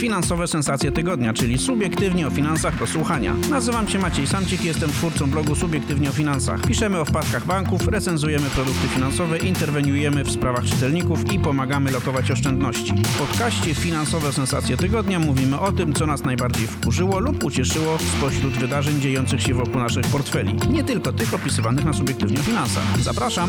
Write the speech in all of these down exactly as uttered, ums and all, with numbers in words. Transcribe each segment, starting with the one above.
Finansowe sensacje tygodnia, czyli subiektywnie o finansach do słuchania. Nazywam się Maciej Samcik i jestem twórcą blogu Subiektywnie o finansach. Piszemy o wpadkach banków, recenzujemy produkty finansowe, interweniujemy w sprawach czytelników i pomagamy lokować oszczędności. W podcaście Finansowe sensacje tygodnia mówimy o tym, co nas najbardziej wkurzyło lub ucieszyło spośród wydarzeń dziejących się wokół naszych portfeli. Nie tylko tych opisywanych na Subiektywnie o finansach. Zapraszam!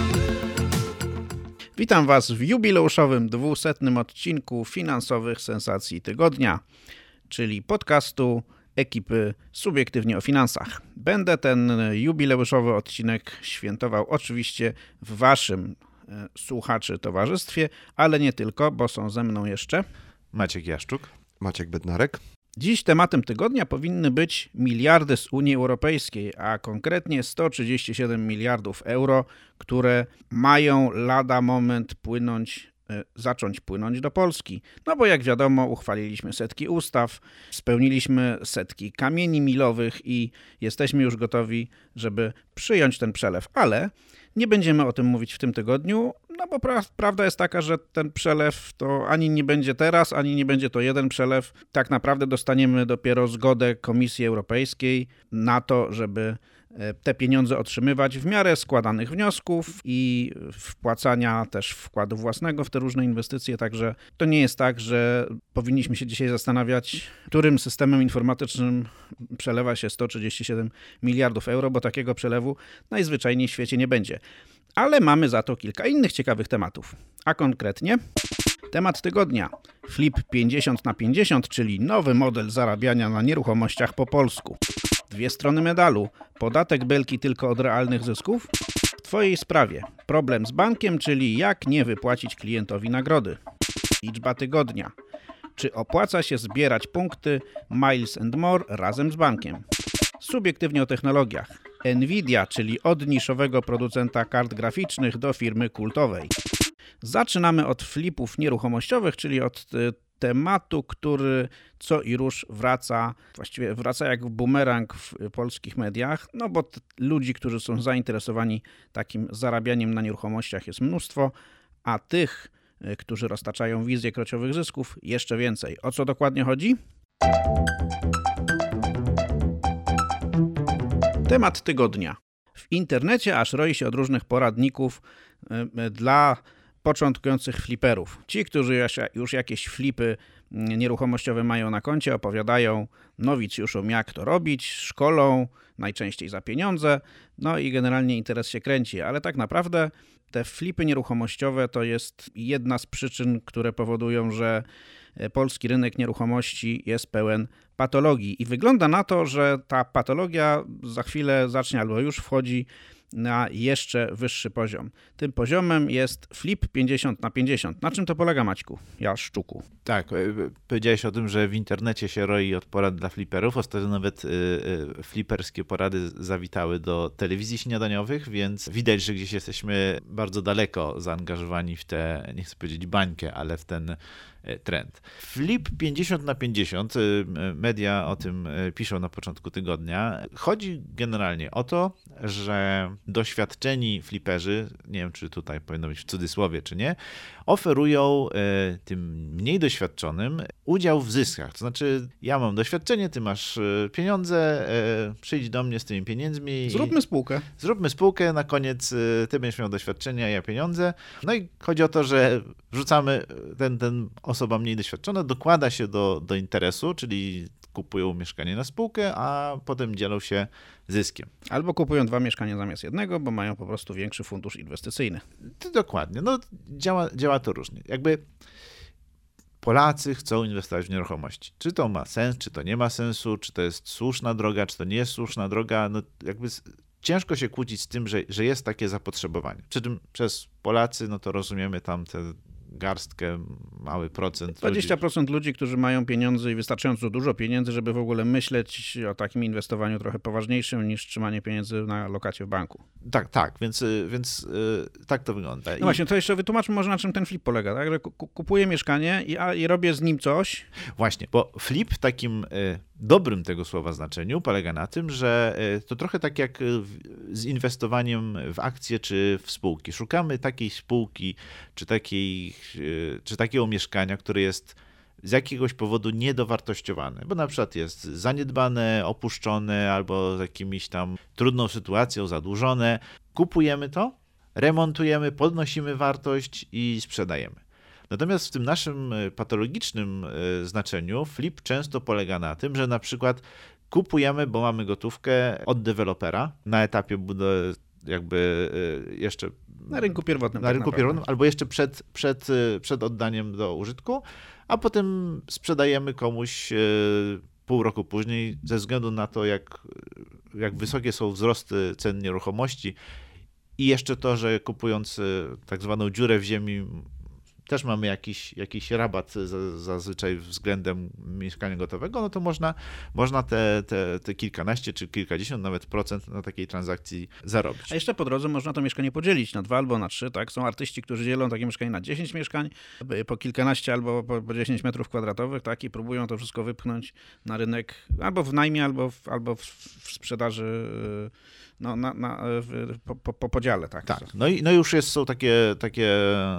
Witam Was w jubileuszowym dwusetnym odcinku Finansowych sensacji tygodnia, czyli podcastu ekipy Subiektywnie o finansach. Będę ten jubileuszowy odcinek świętował oczywiście w Waszym e, słuchaczy towarzystwie, ale nie tylko, bo są ze mną jeszcze Maciek Jaszczuk, Maciek Bednarek. Dziś tematem tygodnia powinny być miliardy z Unii Europejskiej, a konkretnie sto trzydzieści siedem miliardów euro, które mają lada moment płynąć, e, zacząć płynąć do Polski. No bo jak wiadomo, uchwaliliśmy setki ustaw, spełniliśmy setki kamieni milowych i jesteśmy już gotowi, żeby przyjąć ten przelew, ale nie będziemy o tym mówić w tym tygodniu, no bo pra- prawda jest taka, że ten przelew to ani nie będzie teraz, ani nie będzie to jeden przelew. Tak naprawdę dostaniemy dopiero zgodę Komisji Europejskiej na to, żeby te pieniądze otrzymywać w miarę składanych wniosków i wpłacania też wkładu własnego w te różne inwestycje, także to nie jest tak, że powinniśmy się dzisiaj zastanawiać, którym systemem informatycznym przelewa się sto trzydzieści siedem miliardów euro, bo takiego przelewu najzwyczajniej w świecie nie będzie. Ale mamy za to kilka innych ciekawych tematów, a konkretnie temat tygodnia. Flip pięćdziesiąt na pięćdziesiąt, czyli nowy model zarabiania na nieruchomościach po polsku. Dwie strony medalu. Podatek belki tylko od realnych zysków? W Twojej sprawie. Problem z bankiem, czyli jak nie wypłacić klientowi nagrody. Liczba tygodnia. Czy opłaca się zbierać punkty Miles and More razem z bankiem? Subiektywnie o technologiach. Nvidia, czyli od niszowego producenta kart graficznych do firmy kultowej. Zaczynamy od flipów nieruchomościowych, czyli od tematu, który co i rusz wraca, właściwie wraca jak bumerang w polskich mediach, no bo t- ludzi, którzy są zainteresowani takim zarabianiem na nieruchomościach jest mnóstwo, a tych, y, którzy roztaczają wizję krociowych zysków, jeszcze więcej. O co dokładnie chodzi? Temat tygodnia. W internecie aż roi się od różnych poradników y, y, dla początkujących fliperów. Ci, którzy już jakieś flipy nieruchomościowe mają na koncie, opowiadają nowicjuszom, jak to robić, szkolą, najczęściej za pieniądze, no i generalnie interes się kręci, ale tak naprawdę te flipy nieruchomościowe to jest jedna z przyczyn, które powodują, że polski rynek nieruchomości jest pełen patologii i wygląda na to, że ta patologia za chwilę zacznie albo już wchodzi na jeszcze wyższy poziom. Tym poziomem jest flip pięćdziesiąt na pięćdziesiąt. Na czym to polega, Maćku? Jaszczuku. Tak, powiedziałeś o tym, że w internecie się roi od porad dla fliperów. Ostatnio nawet y, y, fliperskie porady zawitały do telewizji śniadaniowych, więc widać, że gdzieś jesteśmy bardzo daleko zaangażowani w tę, nie chcę powiedzieć bańkę, ale w ten trend. Flip pięćdziesiąt na pięćdziesiąt, media o tym piszą na początku tygodnia. Chodzi generalnie o to, że doświadczeni fliperzy, nie wiem czy tutaj powinno być w cudzysłowie czy nie, oferują tym mniej doświadczonym udział w zyskach. To znaczy ja mam doświadczenie, ty masz pieniądze, przyjdź do mnie z tymi pieniędzmi. Zróbmy spółkę. Zróbmy spółkę, na koniec ty będziesz miał doświadczenie, a ja pieniądze. No i chodzi o to, że wrzucamy ten, ten osoba mniej doświadczona, dokłada się do, do interesu, czyli kupują mieszkanie na spółkę, a potem dzielą się zyskiem. Albo kupują dwa mieszkania zamiast jednego, bo mają po prostu większy fundusz inwestycyjny. Dokładnie. No działa, działa to różnie. Jakby Polacy chcą inwestować w nieruchomości. Czy to ma sens, czy to nie ma sensu, czy to jest słuszna droga, czy to nie jest słuszna droga, no jakby ciężko się kłócić z tym, że, że jest takie zapotrzebowanie. Przy czym przez Polacy, no to rozumiemy tam te garstkę, mały procent dwadzieścia procent ludzi, którzy mają pieniądze i wystarczająco dużo pieniędzy, żeby w ogóle myśleć o takim inwestowaniu trochę poważniejszym niż trzymanie pieniędzy na lokacie w banku. Tak, tak, więc, więc yy, tak to wygląda. No I... właśnie, to jeszcze wytłumaczmy może na czym ten flip polega, tak? Że kupuję mieszkanie i, a, i robię z nim coś. Właśnie, bo flip w takim y, dobrym tego słowa znaczeniu polega na tym, że y, to trochę tak jak z inwestowaniem w akcje czy w spółki. Szukamy takiej spółki czy, takiej, y, czy takiego mieszkania, które jest z jakiegoś powodu niedowartościowane, bo na przykład jest zaniedbane, opuszczone albo z jakimiś tam trudną sytuacją zadłużone. Kupujemy to, remontujemy, podnosimy wartość i sprzedajemy. Natomiast w tym naszym patologicznym znaczeniu flip często polega na tym, że na przykład kupujemy, bo mamy gotówkę od dewelopera na etapie budowy, jakby jeszcze na rynku pierwotnym. Na tak rynku pierwotnym, albo jeszcze przed, przed, przed oddaniem do użytku, a potem sprzedajemy komuś pół roku później ze względu na to, jak, jak wysokie są wzrosty cen nieruchomości i jeszcze to, że kupując tak zwaną dziurę w ziemi też mamy jakiś, jakiś rabat zazwyczaj względem mieszkania gotowego, no to można, można te, te, te kilkanaście czy kilkadziesiąt nawet procent na takiej transakcji zarobić. A jeszcze po drodze można to mieszkanie podzielić na dwa albo na trzy, tak? Są artyści, którzy dzielą takie mieszkanie na dziesięć mieszkań, po kilkanaście albo po, po dziesięć metrów kwadratowych, tak? I próbują to wszystko wypchnąć na rynek albo w najmie, albo w, albo w, w sprzedaży no, na, na, w, po, po podziale, tak? Tak, no i no już jest, są takie, takie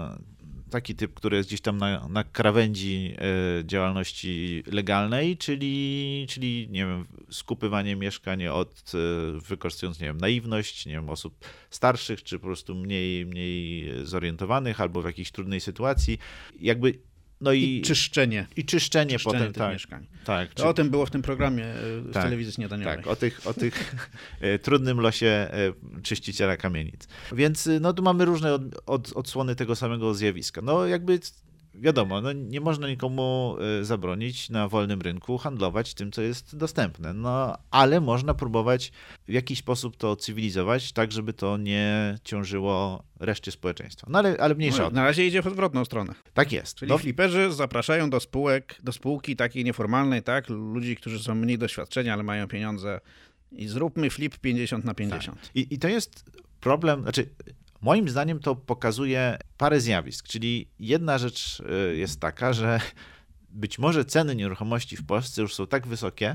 taki typ, który jest gdzieś tam na, na krawędzi y, działalności legalnej, czyli, czyli nie wiem, skupywanie mieszkań od, y, wykorzystując, nie wiem, naiwność, nie wiem, osób starszych, czy po prostu mniej, mniej zorientowanych, albo w jakiejś trudnej sytuacji. Jakby No i, I czyszczenie. I czyszczenie, czyszczenie potem, tych tak, mieszkań. Tak, to czy... o tym było w tym programie z tak, telewizji śniadaniowej. Tak, o tych, o tych trudnym losie czyściciela kamienic. Więc no tu mamy różne od, od, odsłony tego samego zjawiska. No jakby wiadomo, no nie można nikomu zabronić na wolnym rynku handlować tym, co jest dostępne, no ale można próbować w jakiś sposób to cywilizować, tak żeby to nie ciążyło reszcie społeczeństwa. No ale, ale mniejsza no, o to. Na razie idzie w odwrotną stronę. Tak jest. Czyli no. fliperzy zapraszają do spółek, do spółki takiej nieformalnej, tak, ludzi, którzy są mniej doświadczenia, ale mają pieniądze i zróbmy flip pięćdziesiąt na pięćdziesiąt. Tak. I, I to jest problem, znaczy moim zdaniem to pokazuje parę zjawisk, czyli jedna rzecz jest taka, że być może ceny nieruchomości w Polsce już są tak wysokie,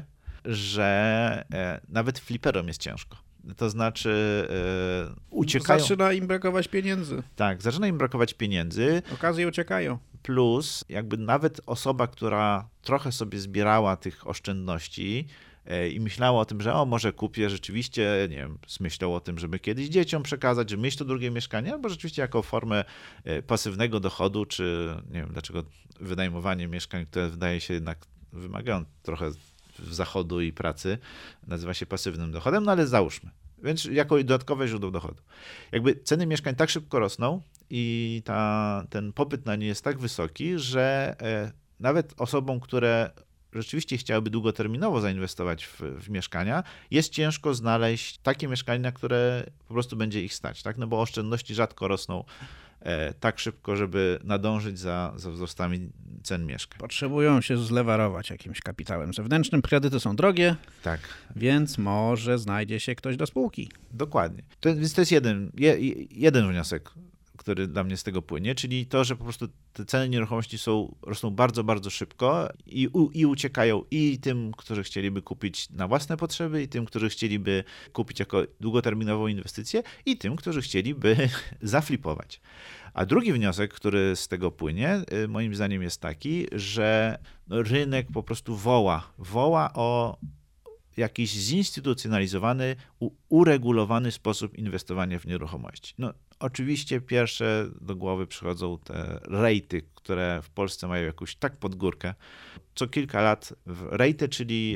że nawet fliperom jest ciężko. To znaczy e, uciekają. Zaczyna im brakować pieniędzy. Tak, zaczyna im brakować pieniędzy. Okazje uciekają. Plus jakby nawet osoba, która trochę sobie zbierała tych oszczędności i myślała o tym, że o, może kupię rzeczywiście, nie wiem, z myślą o tym, żeby kiedyś dzieciom przekazać, żeby mieć to drugie mieszkanie, albo rzeczywiście jako formę pasywnego dochodu, czy nie wiem, dlaczego wynajmowanie mieszkań, które wydaje się jednak wymagają trochę w zachodu i pracy, nazywa się pasywnym dochodem, no ale załóżmy. Więc jako dodatkowe źródło dochodu. Jakby ceny mieszkań tak szybko rosną i ta, ten popyt na nie jest tak wysoki, że e, nawet osobom, które rzeczywiście chciałyby długoterminowo zainwestować w, w mieszkania, jest ciężko znaleźć takie mieszkanie, na które po prostu będzie ich stać, tak? No bo oszczędności rzadko rosną e, tak szybko, żeby nadążyć za, za wzrostami cen mieszkań. Potrzebują się zlewarować jakimś kapitałem zewnętrznym. Kredyty są drogie, tak, więc może znajdzie się ktoś do spółki. Dokładnie. To, więc to jest jeden, je, jeden wniosek, który dla mnie z tego płynie, czyli to, że po prostu te ceny nieruchomości są, rosną bardzo, bardzo szybko i, u, i uciekają i tym, którzy chcieliby kupić na własne potrzeby, i tym, którzy chcieliby kupić jako długoterminową inwestycję, i tym, którzy chcieliby zaflipować. A drugi wniosek, który z tego płynie, moim zdaniem jest taki, że rynek po prostu woła, woła o jakiś zinstytucjonalizowany, u, uregulowany sposób inwestowania w nieruchomości. No, oczywiście pierwsze do głowy przychodzą te rejty, które w Polsce mają jakąś tak pod górkę. Co kilka lat rejty, czyli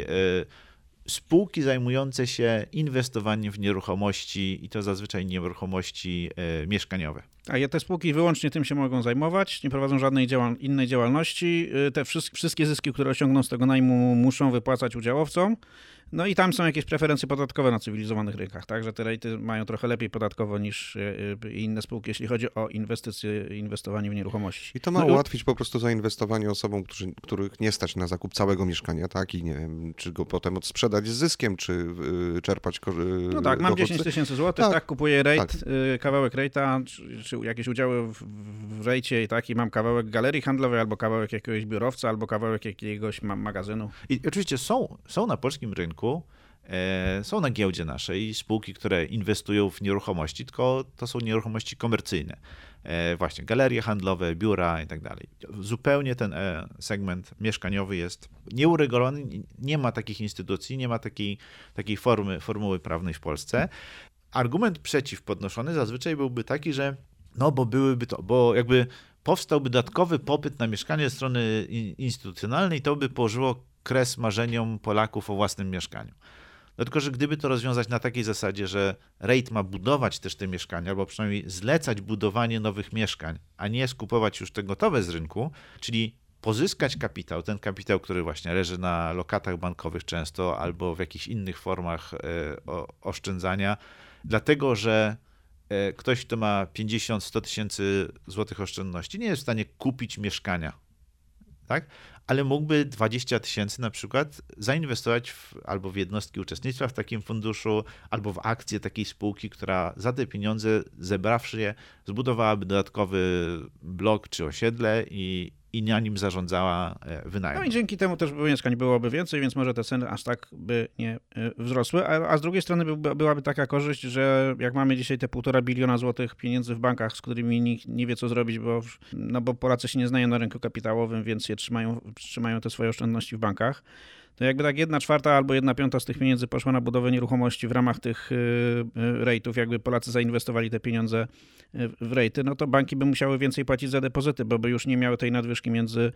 y, spółki zajmujące się inwestowaniem w nieruchomości i to zazwyczaj nieruchomości y, mieszkaniowe. A te spółki wyłącznie tym się mogą zajmować, nie prowadzą żadnej działal- innej działalności. Te wszystkie, wszystkie zyski, które osiągną z tego najmu, muszą wypłacać udziałowcom. No i tam są jakieś preferencje podatkowe na cywilizowanych rynkach, tak, że te rejty mają trochę lepiej podatkowo niż inne spółki, jeśli chodzi o inwestycje, inwestowanie w nieruchomości. I to ma no ułatwić i... po prostu zainwestowanie osobom, którzy, których nie stać na zakup całego mieszkania, tak, i nie wiem, czy go potem odsprzedać z zyskiem, czy y, czerpać korzy- No tak, mam dochody. dziesięć tysięcy złotych, tak, tak, kupuję rejt, tak. y, kawałek rejta, czy, czy jakieś udziały w, w rejcie i tak, i mam kawałek galerii handlowej, albo kawałek jakiegoś biurowca, albo kawałek jakiegoś ma- magazynu. I oczywiście są, są na polskim rynku, e, są na giełdzie naszej spółki, które inwestują w nieruchomości, tylko to są nieruchomości komercyjne. właśnie galerie handlowe, biura i tak dalej. Zupełnie ten segment mieszkaniowy jest nieuregulowany, nie ma takich instytucji, nie ma takiej, takiej formy, formuły prawnej w Polsce. Argument przeciw podnoszony zazwyczaj byłby taki, że no bo byłyby to, bo jakby powstałby dodatkowy popyt na mieszkanie ze strony instytucjonalnej, to by położyło kres marzeniom Polaków o własnym mieszkaniu. No tylko, że gdyby to rozwiązać na takiej zasadzie, że REIT ma budować też te mieszkania, albo przynajmniej zlecać budowanie nowych mieszkań, a nie skupować już te gotowe z rynku, czyli pozyskać kapitał, ten kapitał, który właśnie leży na lokatach bankowych często, albo w jakichś innych formach oszczędzania, dlatego, że ktoś, kto ma pięćdziesiąt sto tysięcy złotych oszczędności, nie jest w stanie kupić mieszkania, tak? Ale mógłby dwadzieścia tysięcy na przykład zainwestować w, albo w jednostki uczestnictwa w takim funduszu, albo w akcje takiej spółki, która za te pieniądze, zebrawszy je, zbudowałaby dodatkowy blok czy osiedle i, i na nim zarządzała wynajem. No i dzięki temu też mieszkań byłoby więcej, więc może te ceny aż tak by nie wzrosły, a, a z drugiej strony by, byłaby taka korzyść, że jak mamy dzisiaj te półtora biliona złotych pieniędzy w bankach, z którymi nikt nie wie co zrobić, bo, no bo Polacy się nie znają na rynku kapitałowym, więc je trzymają, trzymają te swoje oszczędności w bankach, to jakby tak jedna czwarta albo jedna piąta z tych pieniędzy poszła na budowę nieruchomości w ramach tych rejtów, jakby Polacy zainwestowali te pieniądze w rejty, no to banki by musiały więcej płacić za depozyty, bo by już nie miały tej nadwyżki między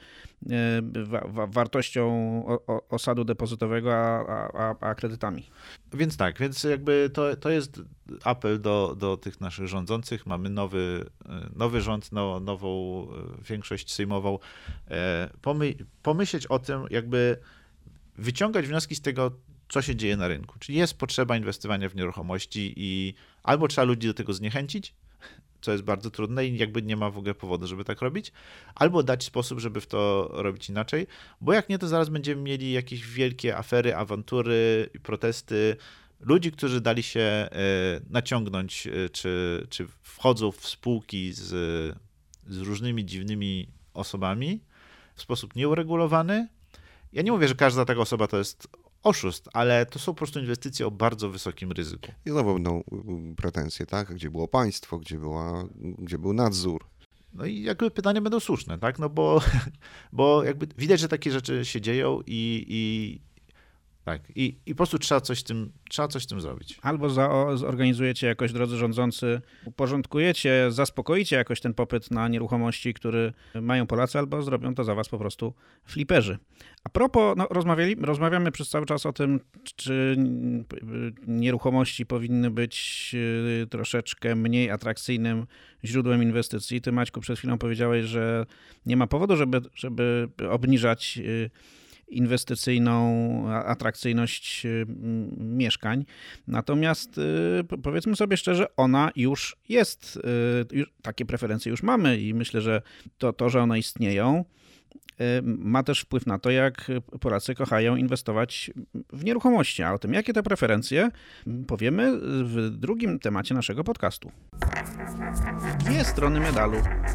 wartością osadu depozytowego a, a, a kredytami. Więc tak, więc jakby to, to jest apel do, do tych naszych rządzących. Mamy nowy, nowy rząd, no, nową większość sejmową. Pomy, pomyśleć o tym, jakby wyciągać wnioski z tego, co się dzieje na rynku. Czyli jest potrzeba inwestowania w nieruchomości i albo trzeba ludzi do tego zniechęcić, co jest bardzo trudne i jakby nie ma w ogóle powodu, żeby tak robić, albo dać sposób, żeby w to robić inaczej, bo jak nie, to zaraz będziemy mieli jakieś wielkie afery, awantury, protesty, ludzi, którzy dali się naciągnąć, czy, czy wchodzą w spółki z, z różnymi dziwnymi osobami w sposób nieuregulowany. Ja nie mówię, że każda taka osoba to jest oszust, ale to są po prostu inwestycje o bardzo wysokim ryzyku. I znowu będą pretensje, tak? Gdzie było państwo, gdzie, była, gdzie był nadzór. No i jakby pytania będą słuszne, tak? No bo, bo jakby widać, że takie rzeczy się dzieją i, i tak, i, i po prostu trzeba coś z tym, trzeba coś z tym zrobić. Albo za, zorganizujecie jakoś, drodzy rządzący, uporządkujecie, zaspokoicie jakoś ten popyt na nieruchomości, który mają Polacy, albo zrobią to za was po prostu fliperzy. A propos, no, rozmawiali, rozmawiamy przez cały czas o tym, czy nieruchomości powinny być troszeczkę mniej atrakcyjnym źródłem inwestycji. Ty, Maćku, przed chwilą powiedziałeś, że nie ma powodu, żeby, żeby obniżać inwestycyjną atrakcyjność mieszkań. Natomiast powiedzmy sobie szczerze, ona już jest, już, takie preferencje już mamy i myślę, że to, to, że one istnieją, ma też wpływ na to, jak Polacy kochają inwestować w nieruchomości. A o tym, jakie te preferencje, powiemy w drugim temacie naszego podcastu. Dwie strony medalu.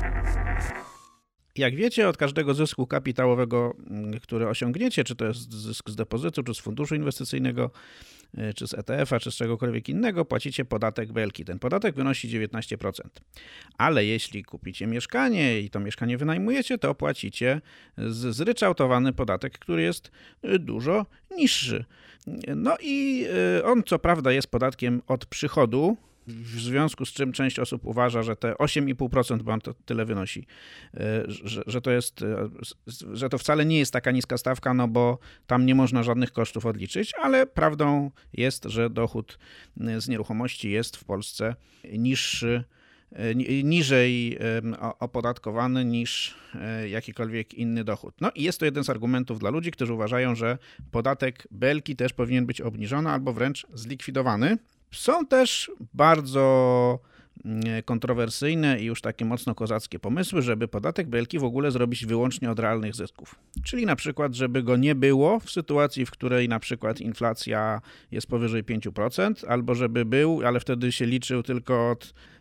Jak wiecie, od każdego zysku kapitałowego, który osiągniecie, czy to jest zysk z depozytu, czy z funduszu inwestycyjnego, czy z E T F-a, czy z czegokolwiek innego, płacicie podatek B E L K I. Ten podatek wynosi dziewiętnaście procent. Ale jeśli kupicie mieszkanie i to mieszkanie wynajmujecie, to płacicie zryczałtowany podatek, który jest dużo niższy. No i on co prawda jest podatkiem od przychodu, w związku z czym część osób uważa, że te osiem i pół procent, bo on to tyle wynosi, że, że to jest, że to wcale nie jest taka niska stawka, no bo tam nie można żadnych kosztów odliczyć, ale prawdą jest, że dochód z nieruchomości jest w Polsce niższy, niżej opodatkowany niż jakikolwiek inny dochód. No i jest to jeden z argumentów dla ludzi, którzy uważają, że podatek B E L K I też powinien być obniżony albo wręcz zlikwidowany. Są też bardzo kontrowersyjne i już takie mocno kozackie pomysły, żeby podatek B E L K I w ogóle zrobić wyłącznie od realnych zysków. Czyli na przykład, żeby go nie było w sytuacji, w której na przykład inflacja jest powyżej pięć procent, albo żeby był, ale wtedy się liczył tylko od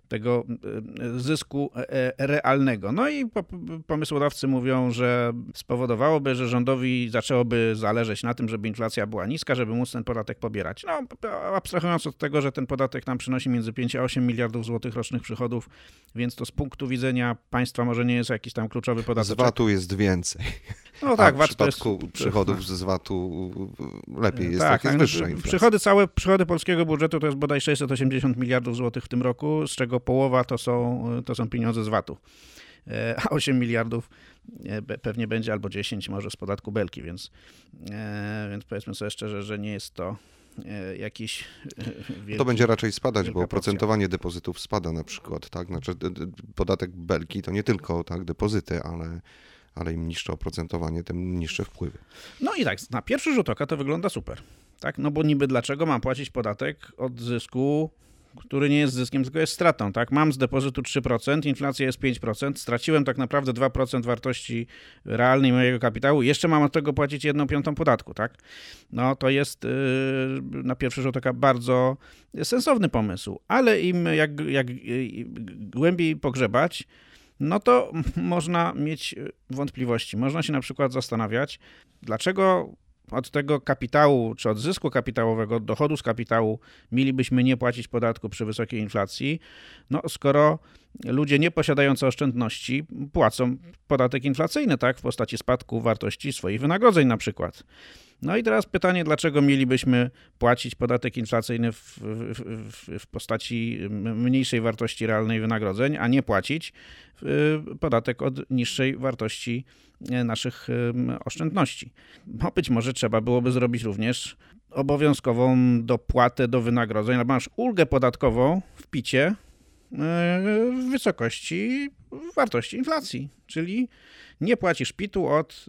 tego zysku realnego. No i pomysłodawcy mówią, że spowodowałoby, że rządowi zaczęłoby zależeć na tym, żeby inflacja była niska, żeby móc ten podatek pobierać. No, abstrahując od tego, że ten podatek nam przynosi między pięć a osiem miliardów złotych rocznych przychodów, więc to z punktu widzenia państwa może nie jest jakiś tam kluczowy podatek. Z V A-tu jest więcej. No tak, a w V A T przypadku to jest... przychodów z V A-tu lepiej jest, tak, tak, jest tak, wyższa inflacja. Przychody, całe przychody polskiego budżetu to jest bodaj sześćset osiemdziesiąt miliardów złotych w tym roku, z czego połowa to są, to są pieniądze z V A T-u. A osiem miliardów pewnie będzie albo dziesięć może z podatku Belki, więc, więc powiedzmy sobie szczerze, że nie jest to jakiś wielki, to będzie raczej spadać, bo porcja. oprocentowanie depozytów spada na przykład, tak? Znaczy podatek Belki to nie tylko tak depozyty, ale, ale im niższe oprocentowanie, tym niższe wpływy. No i tak, na pierwszy rzut oka to wygląda super, tak? No bo niby dlaczego mam płacić podatek od zysku, który nie jest zyskiem, tylko jest stratą, tak? Mam z depozytu trzy procent, inflacja jest pięć procent, straciłem tak naprawdę dwa procent wartości realnej mojego kapitału, jeszcze mam od tego płacić jedną piątą podatku, tak? No to jest yy, na pierwszy rzut oka bardzo sensowny pomysł, ale im jak, jak yy, głębiej pogrzebać, no to można mieć wątpliwości. Można się na przykład zastanawiać, dlaczego od tego kapitału, czy od zysku kapitałowego, od dochodu z kapitału mielibyśmy nie płacić podatku przy wysokiej inflacji, no skoro ludzie nie posiadający oszczędności płacą podatek inflacyjny, tak, w postaci spadku wartości swoich wynagrodzeń na przykład. No i teraz pytanie, dlaczego mielibyśmy płacić podatek inflacyjny w, w, w postaci mniejszej wartości realnej wynagrodzeń, a nie płacić podatek od niższej wartości naszych oszczędności. No być może trzeba byłoby zrobić również obowiązkową dopłatę do wynagrodzeń, albo masz ulgę podatkową w picie w wysokości wartości inflacji, czyli nie płacisz pitu od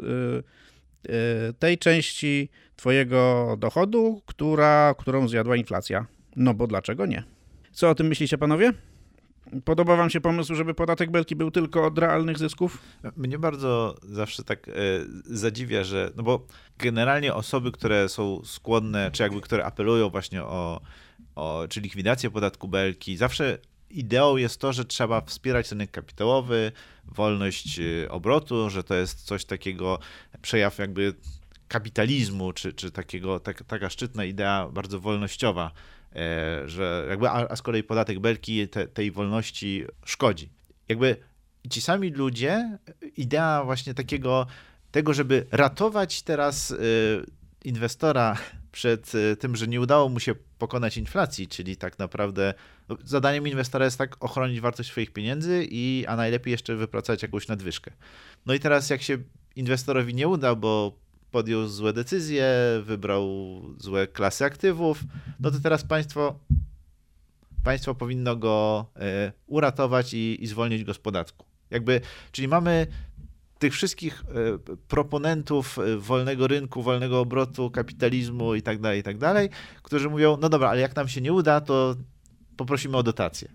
tej części twojego dochodu, która, którą zjadła inflacja. No bo dlaczego nie? Co o tym myślicie, panowie? Podoba wam się pomysł, żeby podatek Belki był tylko od realnych zysków? Mnie bardzo zawsze tak e, zadziwia, że, no bo generalnie osoby, które są skłonne, czy jakby które apelują właśnie o, o czy likwidację podatku Belki, zawsze ideą jest to, że trzeba wspierać rynek kapitałowy, wolność obrotu, że to jest coś takiego, przejaw jakby kapitalizmu, czy, czy takiego, tak, taka szczytna idea bardzo wolnościowa, że jakby, a, a z kolei podatek Belki te, tej wolności szkodzi. Jakby ci sami ludzie, idea właśnie takiego, tego, żeby ratować teraz y, inwestora przed y, tym, że nie udało mu się pokonać inflacji, czyli tak naprawdę no, zadaniem inwestora jest tak ochronić wartość swoich pieniędzy, i, a najlepiej jeszcze wypracować jakąś nadwyżkę. No i teraz jak się inwestorowi nie uda, bo podjął złe decyzje, wybrał złe klasy aktywów, no to teraz państwo, państwo powinno go y, uratować i, i zwolnić go z podatku. Jakby, czyli mamy tych wszystkich y, proponentów y, wolnego rynku, wolnego obrotu, kapitalizmu i tak dalej, i tak dalej, którzy mówią, no dobra, ale jak nam się nie uda, to poprosimy o dotację.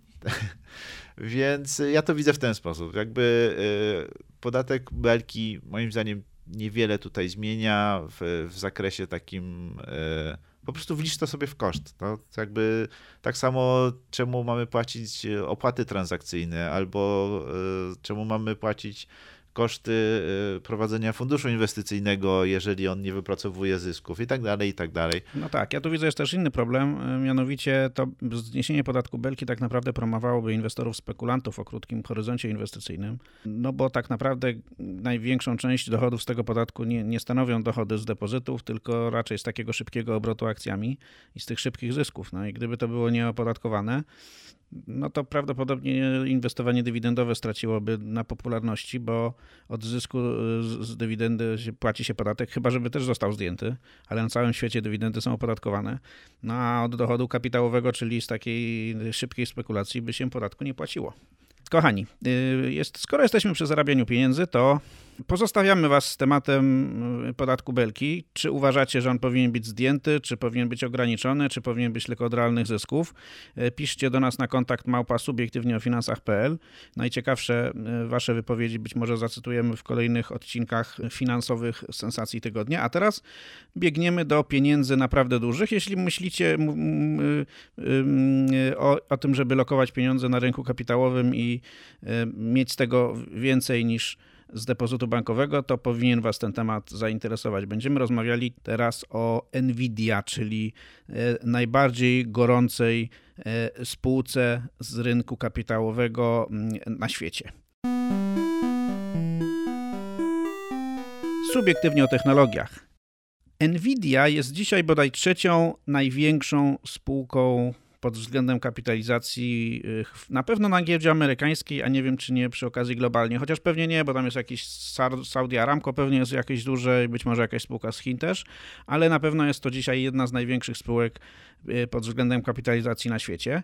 Więc ja to widzę w ten sposób. Jakby y, podatek Belki moim zdaniem niewiele tutaj zmienia w, w zakresie takim, y, po prostu wlicz to sobie w koszt. No, jakby tak samo czemu mamy płacić opłaty transakcyjne, albo y, czemu mamy płacić koszty prowadzenia funduszu inwestycyjnego, jeżeli on nie wypracowuje zysków i tak dalej, i tak dalej. No tak, ja tu widzę jeszcze też inny problem, mianowicie to zniesienie podatku Belki tak naprawdę promowałoby inwestorów spekulantów o krótkim horyzoncie inwestycyjnym, no bo tak naprawdę największą część dochodów z tego podatku nie, nie stanowią dochody z depozytów, tylko raczej z takiego szybkiego obrotu akcjami i z tych szybkich zysków. No i gdyby to było nieopodatkowane, no to prawdopodobnie inwestowanie dywidendowe straciłoby na popularności, bo od zysku z, z dywidendy płaci się podatek, chyba żeby też został zdjęty, ale na całym świecie dywidendy są opodatkowane, no a od dochodu kapitałowego, czyli z takiej szybkiej spekulacji, by się podatku nie płaciło. Kochani, jest, skoro jesteśmy przy zarabianiu pieniędzy, to Pozostawiamy was z tematem podatku Belki. Czy uważacie, że on powinien być zdjęty, czy powinien być ograniczony, czy powinien być tylko od realnych zysków? Piszcie do nas na kontakt małpa subiektywnie o finansach kropka p l. Najciekawsze wasze wypowiedzi być może zacytujemy w kolejnych odcinkach finansowych Sensacji Tygodnia. A teraz biegniemy do pieniędzy naprawdę dużych. Jeśli myślicie o, o tym, żeby lokować pieniądze na rynku kapitałowym i mieć z tego więcej niż z depozytu bankowego, to powinien was ten temat zainteresować. Będziemy rozmawiali teraz o Nvidia, czyli najbardziej gorącej spółce z rynku kapitałowego na świecie. Subiektywnie o technologiach. Nvidia jest dzisiaj bodaj trzecią największą spółką pod względem kapitalizacji, na pewno na giełdzie amerykańskiej, a nie wiem, czy nie przy okazji globalnie, chociaż pewnie nie, bo tam jest jakiś Saudi Aramco, pewnie jest jakieś duże, być może jakaś spółka z Chin też, ale na pewno jest to dzisiaj jedna z największych spółek pod względem kapitalizacji na świecie.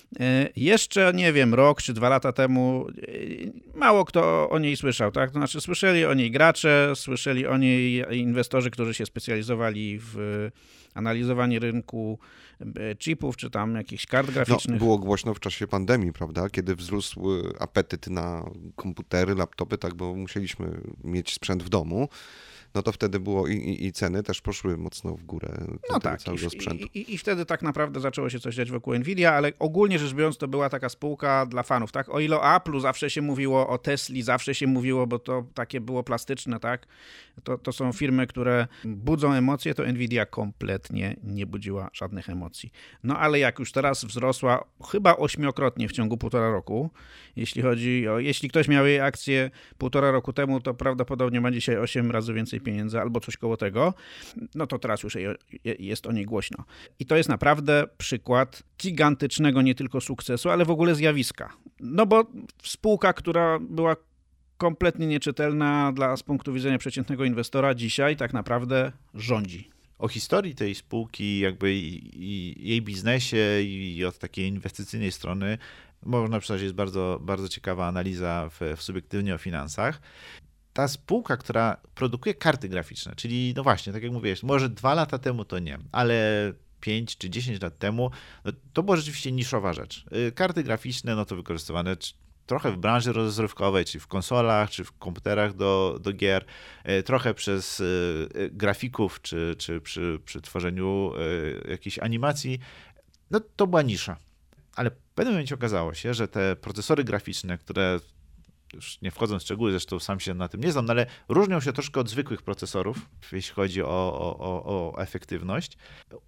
Jeszcze, nie wiem, rok czy dwa lata temu mało kto o niej słyszał, tak? To znaczy słyszeli o niej gracze, słyszeli o niej inwestorzy, którzy się specjalizowali w analizowanie rynku chipów, czy tam jakichś kart graficznych. No, było głośno w czasie pandemii, prawda, kiedy wzrósł apetyt na komputery, laptopy, tak, bo musieliśmy mieć sprzęt w domu. No to wtedy było i, i, i ceny też poszły mocno w górę no tak, całego i, sprzętu. I, i wtedy tak naprawdę zaczęło się coś dziać wokół Nvidia, ale ogólnie rzecz biorąc to była taka spółka dla fanów, tak? O ile o Apple'u zawsze się mówiło, o Tesli zawsze się mówiło, bo to takie było plastyczne, tak? To, to są firmy, które budzą emocje, to Nvidia kompletnie nie budziła żadnych emocji. No ale jak już teraz wzrosła chyba ośmiokrotnie w ciągu półtora roku, jeśli chodzi o, jeśli ktoś miał jej akcję półtora roku temu, to prawdopodobnie ma dzisiaj osiem razy więcej pieniędzy albo coś koło tego, no to teraz już jest o niej głośno. I to jest naprawdę przykład gigantycznego nie tylko sukcesu, ale w ogóle zjawiska. No bo spółka, która była kompletnie nieczytelna dla z punktu widzenia przeciętnego inwestora, dzisiaj tak naprawdę rządzi. O historii tej spółki, jakby i, i jej biznesie i od takiej inwestycyjnej strony można przyznać, jest bardzo, bardzo ciekawa analiza w, w Subiektywnie o finansach. Ta spółka, która produkuje karty graficzne, czyli no właśnie, tak jak mówiłeś, może dwa lata temu to nie, ale pięć czy dziesięć lat temu, no to była rzeczywiście niszowa rzecz. Karty graficzne, no to wykorzystywane trochę w branży rozrywkowej, czy w konsolach, czy w komputerach do, do gier, trochę przez grafików, czy, czy przy, przy tworzeniu jakiejś animacji. No to była nisza. Ale w pewnym momencie okazało się, że te procesory graficzne, które już nie wchodząc w szczegóły, zresztą sam się na tym nie znam, no ale różnią się troszkę od zwykłych procesorów, jeśli chodzi o, o, o, o efektywność,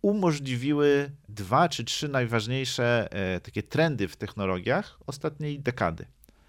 umożliwiły dwa czy trzy najważniejsze e, takie trendy w technologiach ostatniej dekady.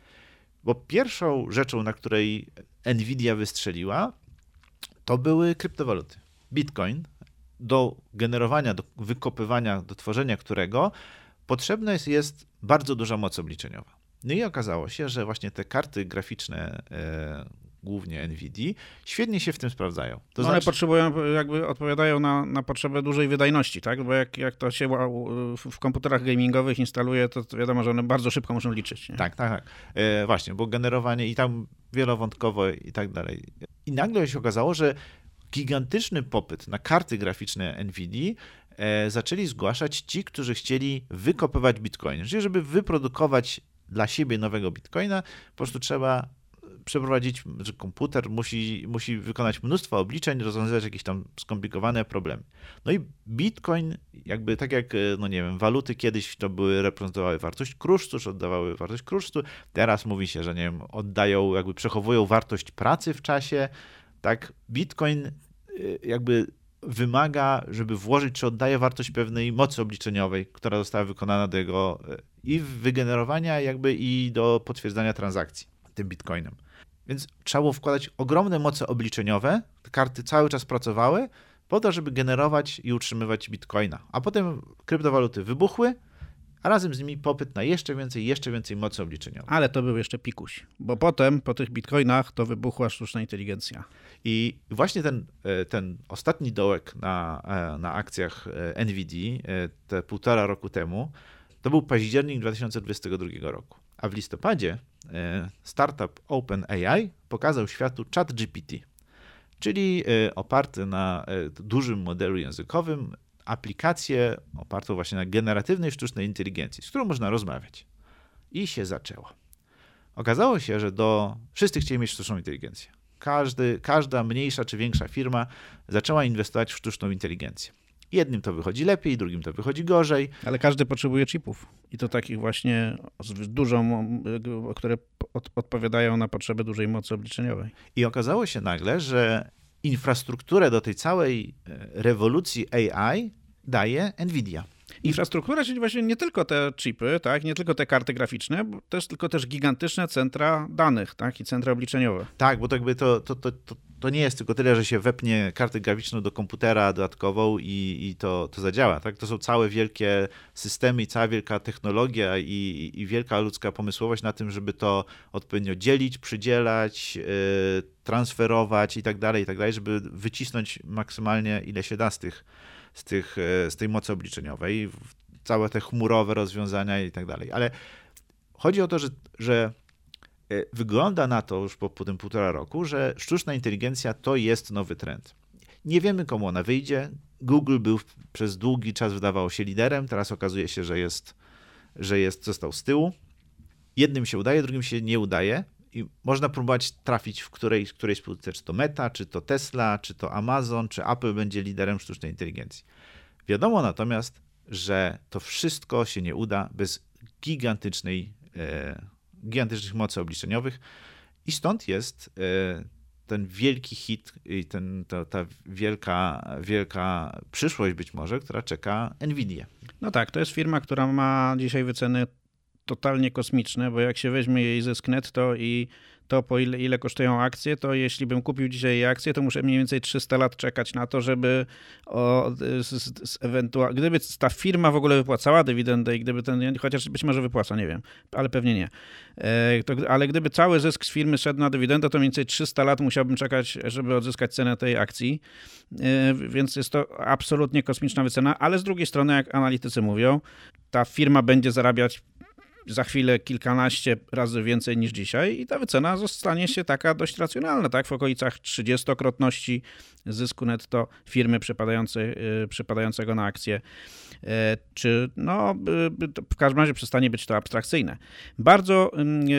Bo pierwszą rzeczą, na której Nvidia wystrzeliła, to były kryptowaluty. Bitcoin, do generowania, do wykopywania, do tworzenia którego potrzebna jest, jest bardzo duża moc obliczeniowa. No i okazało się, że właśnie te karty graficzne, e, głównie Nvidii, świetnie się w tym sprawdzają. To no znaczy... One potrzebują, jakby odpowiadają na, na potrzebę dużej wydajności, tak? Bo jak, jak to się w, w komputerach gamingowych instaluje, to, to wiadomo, że one bardzo szybko muszą liczyć. Nie? Tak, tak, tak. E, właśnie, bo generowanie i tam wielowątkowo i tak dalej. I nagle się okazało, że gigantyczny popyt na karty graficzne Nvidii e, zaczęli zgłaszać ci, którzy chcieli wykopywać bitcoin. Czyli żeby wyprodukować dla siebie nowego bitcoina, po prostu trzeba przeprowadzić, że komputer musi, musi wykonać mnóstwo obliczeń, rozwiązywać jakieś tam skomplikowane problemy. No i bitcoin, jakby tak jak, no nie wiem, waluty kiedyś to były, reprezentowały wartość kruszcu, czy oddawały wartość kruszcu, teraz mówi się, że nie wiem, oddają, jakby przechowują wartość pracy w czasie, tak, bitcoin jakby wymaga, żeby włożyć, czy oddaje wartość pewnej mocy obliczeniowej, która została wykonana do jego i wygenerowania jakby i do potwierdzania transakcji tym bitcoinem. Więc trzeba było wkładać ogromne moce obliczeniowe, te karty cały czas pracowały po to, żeby generować i utrzymywać bitcoina. A potem kryptowaluty wybuchły, a razem z nimi popyt na jeszcze więcej, jeszcze więcej mocy obliczeniowej. Ale to był jeszcze pikuś, bo potem po tych bitcoinach to wybuchła sztuczna inteligencja. I właśnie ten, ten ostatni dołek na, na akcjach Nvidii, te półtora roku temu, to był październik dwa tysiące dwudziestego drugiego roku. A w listopadzie startup OpenAI pokazał światu ChatGPT, czyli oparty na dużym modelu językowym aplikację opartą właśnie na generatywnej sztucznej inteligencji, z którą można rozmawiać. I się zaczęło. Okazało się, że do... wszyscy chcieli mieć sztuczną inteligencję. Każdy, każda mniejsza czy większa firma zaczęła inwestować w sztuczną inteligencję. Jednym to wychodzi lepiej, drugim to wychodzi gorzej. Ale każdy potrzebuje chipów i to takich właśnie z dużą, które od, odpowiadają na potrzeby dużej mocy obliczeniowej. I okazało się nagle, że infrastrukturę do tej całej rewolucji A I daje NVIDIA. Infrastruktura, czyli właśnie nie tylko te chipy, tak, nie tylko te karty graficzne, bo też, tylko też gigantyczne centra danych, tak, i centra obliczeniowe. Tak, bo to jakby to, to, to, to, to nie jest tylko tyle, że się wepnie kartę graficzną do komputera dodatkową i, i to, to zadziała, tak? To są całe wielkie systemy i cała wielka technologia i, i, i wielka ludzka pomysłowość na tym, żeby to odpowiednio dzielić, przydzielać, yy, transferować i tak dalej, i tak dalej, żeby wycisnąć maksymalnie ile się da z tych z, tych, z tej mocy obliczeniowej, całe te chmurowe rozwiązania i tak dalej. Ale chodzi o to, że, że wygląda na to już po, po tym półtora roku, że sztuczna inteligencja to jest nowy trend. Nie wiemy, komu ona wyjdzie. Google był przez długi czas, wydawało się, liderem, teraz okazuje się, że jest, że jest, został z tyłu. Jednym się udaje, drugim się nie udaje. I można próbować trafić w której, której spółce, czy to Meta, czy to Tesla, czy to Amazon, czy Apple będzie liderem sztucznej inteligencji. Wiadomo natomiast, że to wszystko się nie uda bez gigantycznej, e, gigantycznych mocy obliczeniowych i stąd jest e, ten wielki hit i ten, to, ta wielka, wielka przyszłość być może, która czeka NVIDIA. No tak, to jest firma, która ma dzisiaj wyceny totalnie kosmiczne, bo jak się weźmie jej zysk netto i to po ile, ile kosztują akcje, to jeśli bym kupił dzisiaj jej akcje, to muszę mniej więcej trzysta lat czekać na to, żeby o, z, z, z ewentualnie, gdyby ta firma w ogóle wypłacała dywidendę i gdyby ten, chociaż być może wypłaca, nie wiem, ale pewnie nie. E, to, ale gdyby cały zysk z firmy szedł na dywidendę, to mniej więcej trzysta lat musiałbym czekać, żeby odzyskać cenę tej akcji, e, więc jest to absolutnie kosmiczna wycena, ale z drugiej strony, jak analitycy mówią, ta firma będzie zarabiać za chwilę kilkanaście razy więcej niż dzisiaj i ta wycena zostanie się taka dość racjonalna, tak? W okolicach trzydziestokrotności zysku netto firmy przypadającej, przypadającego na akcję. Czy no, w każdym razie przestanie być to abstrakcyjne. Bardzo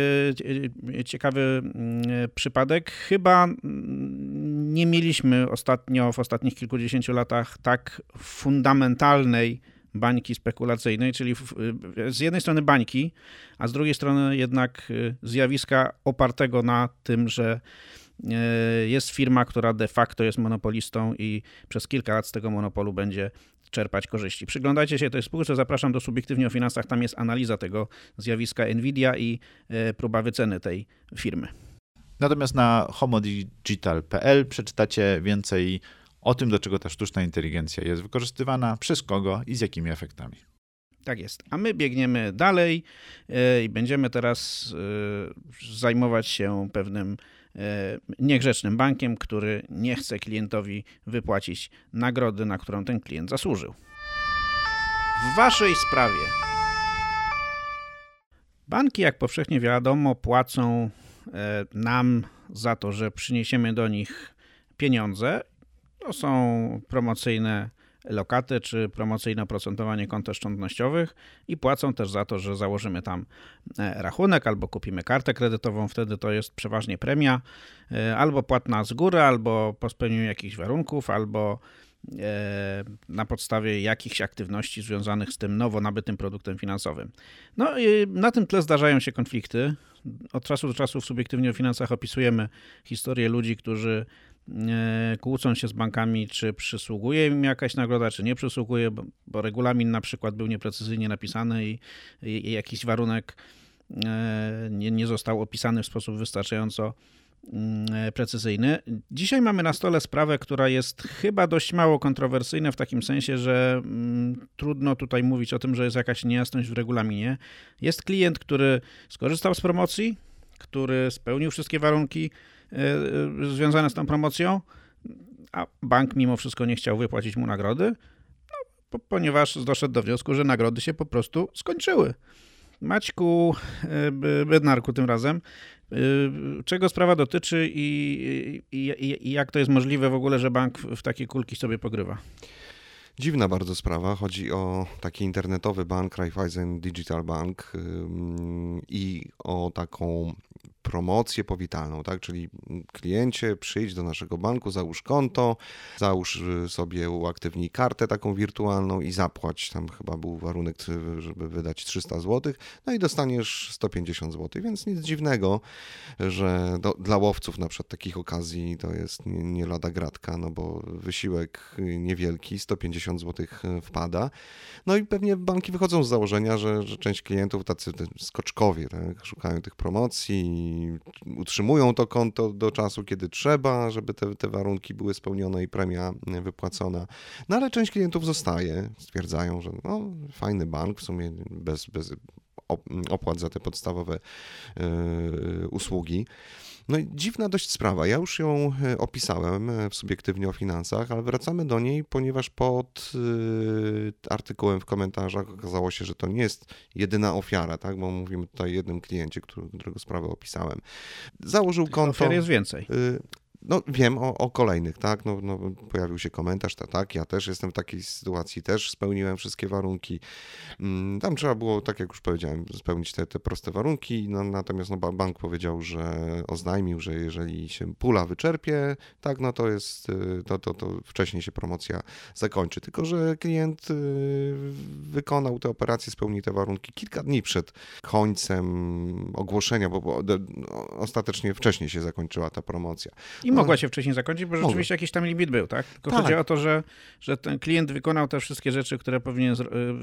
ciekawy przypadek. Chyba nie mieliśmy ostatnio, w ostatnich kilkudziesięciu latach tak fundamentalnej bańki spekulacyjnej, czyli z jednej strony bańki, a z drugiej strony jednak zjawiska opartego na tym, że jest firma, która de facto jest monopolistą i przez kilka lat z tego monopolu będzie czerpać korzyści. Przyglądajcie się tej spółce, zapraszam do Subiektywnie o Finansach, tam jest analiza tego zjawiska NVIDIA i próba wyceny tej firmy. Natomiast na homodigital kropka p l przeczytacie więcej o tym, do czego ta sztuczna inteligencja jest wykorzystywana, przez kogo i z jakimi efektami. Tak jest. A my biegniemy dalej i będziemy teraz zajmować się pewnym niegrzecznym bankiem, który nie chce klientowi wypłacić nagrody, na którą ten klient zasłużył. W waszej sprawie. Banki, jak powszechnie wiadomo, płacą nam za to, że przyniesiemy do nich pieniądze. To są promocyjne lokaty czy promocyjne oprocentowanie kont oszczędnościowych i płacą też za to, że założymy tam rachunek albo kupimy kartę kredytową, wtedy to jest przeważnie premia, albo płatna z góry, albo po spełnieniu jakichś warunków, albo na podstawie jakichś aktywności związanych z tym nowo nabytym produktem finansowym. No i na tym tle zdarzają się konflikty. Od czasu do czasu w Subiektywnie o Finansach opisujemy historię ludzi, którzy kłócą się z bankami, czy przysługuje im jakaś nagroda, czy nie przysługuje, bo, bo regulamin na przykład był nieprecyzyjnie napisany i, i, i jakiś warunek nie, nie został opisany w sposób wystarczająco precyzyjny. Dzisiaj mamy na stole sprawę, która jest chyba dość mało kontrowersyjna w takim sensie, że mm, trudno tutaj mówić o tym, że jest jakaś niejasność w regulaminie. Jest klient, który skorzystał z promocji, który spełnił wszystkie warunki y, związane z tą promocją, a bank mimo wszystko nie chciał wypłacić mu nagrody, no, po, ponieważ doszedł do wniosku, że nagrody się po prostu skończyły. Maćku Bednarku tym razem, czego sprawa dotyczy i, i, i jak to jest możliwe w ogóle, że bank w takie kulki sobie pogrywa? Dziwna bardzo sprawa. Chodzi o taki internetowy bank, Raiffeisen Digital Bank i o taką promocję powitalną, tak? Czyli kliencie, przyjdź do naszego banku, załóż konto, załóż sobie, uaktywnij kartę taką wirtualną i zapłać. Tam chyba był warunek, żeby wydać trzysta złotych, no i dostaniesz sto pięćdziesiąt złotych, więc nic dziwnego, że do, dla łowców na przykład takich okazji to jest nie, nie lada gratka, no bo wysiłek niewielki, sto pięćdziesiąt złotych wpada. No i pewnie banki wychodzą z założenia, że, że część klientów, tacy skoczkowie, tak, szukają tych promocji, utrzymują to konto do czasu, kiedy trzeba, żeby te, te warunki były spełnione i premia wypłacona. No ale część klientów zostaje, stwierdzają, że no, fajny bank, w sumie bez, bez opłat za te podstawowe yy, usługi. No i dziwna dość sprawa. Ja już ją opisałem w Subiektywnie o finansach, ale wracamy do niej, ponieważ pod y, artykułem w komentarzach okazało się, że to nie jest jedyna ofiara, tak? Bo mówimy tutaj o jednym kliencie, który, którego sprawę opisałem. Założył konto. Ofiar jest więcej. Y, No wiem o, o kolejnych, tak, no, no, pojawił się komentarz, tak, tak, ja też jestem w takiej sytuacji, też spełniłem wszystkie warunki. Tam trzeba było, tak jak już powiedziałem, spełnić te, te proste warunki, no, natomiast no, bank powiedział, że oznajmił, że jeżeli się pula wyczerpie, tak, no to jest, to, to, to wcześniej się promocja zakończy, tylko że klient wykonał te operacje, spełnił te warunki kilka dni przed końcem ogłoszenia, bo, bo ostatecznie wcześniej się zakończyła ta promocja. I mogła się wcześniej zakończyć, bo rzeczywiście jakiś tam limit był, tak? Tylko tak. chodzi o to, że, że ten klient wykonał te wszystkie rzeczy, które powinien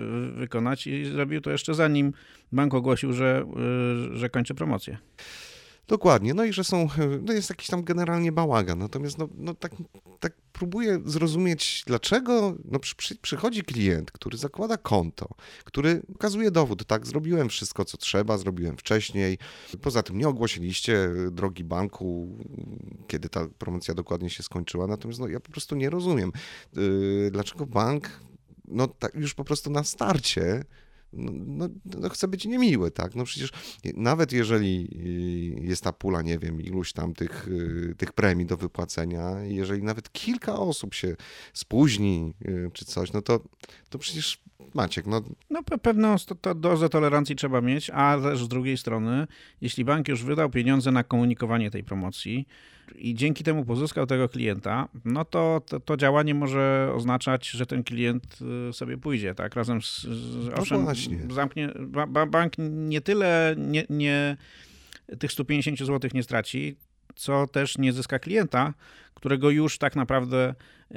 wykonać i zrobił to jeszcze zanim bank ogłosił, że, że kończy promocję. Dokładnie, no i że są, no jest jakiś tam generalnie bałagan, natomiast no, no tak, tak próbuję zrozumieć, dlaczego no przy, przychodzi klient, który zakłada konto, który pokazuje dowód, tak, zrobiłem wszystko, co trzeba, zrobiłem wcześniej, poza tym nie ogłosiliście, drogi banku, kiedy ta promocja dokładnie się skończyła, natomiast no ja po prostu nie rozumiem, yy, dlaczego bank, no tak już po prostu na starcie No, no, no chce być niemiły, tak? No przecież nawet jeżeli jest ta pula, nie wiem, iluś tam tych, tych premii do wypłacenia, jeżeli nawet kilka osób się spóźni czy coś, no to, to przecież Maciek, no... No pewną to dozę tolerancji trzeba mieć, a też z drugiej strony, jeśli bank już wydał pieniądze na komunikowanie tej promocji i dzięki temu pozyskał tego klienta, no to, to to działanie może oznaczać, że ten klient sobie pójdzie, tak? Razem z... z owszem, no zamknie, ba, bank nie tyle nie, nie, tych sto pięćdziesiąt złotych nie straci, co też nie zyska klienta, którego już tak naprawdę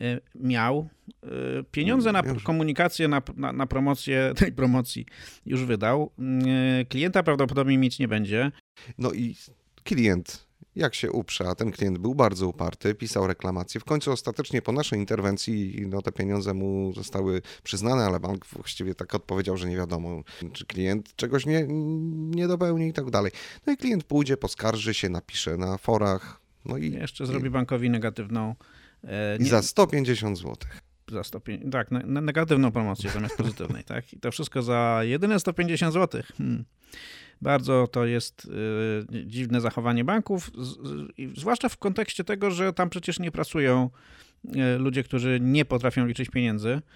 miał. Pieniądze na komunikację, na, na, na promocję tej promocji już wydał. Klienta prawdopodobnie mieć nie będzie. No i klient, jak się uprze, a ten klient był bardzo uparty, pisał reklamację. W końcu ostatecznie po naszej interwencji no, te pieniądze mu zostały przyznane, ale bank właściwie tak odpowiedział, że nie wiadomo, czy klient czegoś nie, nie dopełni i tak dalej. No i klient pójdzie, poskarży się, napisze na forach. No i jeszcze zrobi bankowi negatywną. E, nie, za sto pięćdziesiąt złotych. Za sto pięćdziesiąt, tak, ne, negatywną promocję zamiast pozytywnej, tak? I to wszystko za jedyne sto pięćdziesiąt złotych. Hmm. Bardzo to jest y, dziwne zachowanie banków, z, y, zwłaszcza w kontekście tego, że tam przecież nie pracują y, ludzie, którzy nie potrafią liczyć pieniędzy. Y,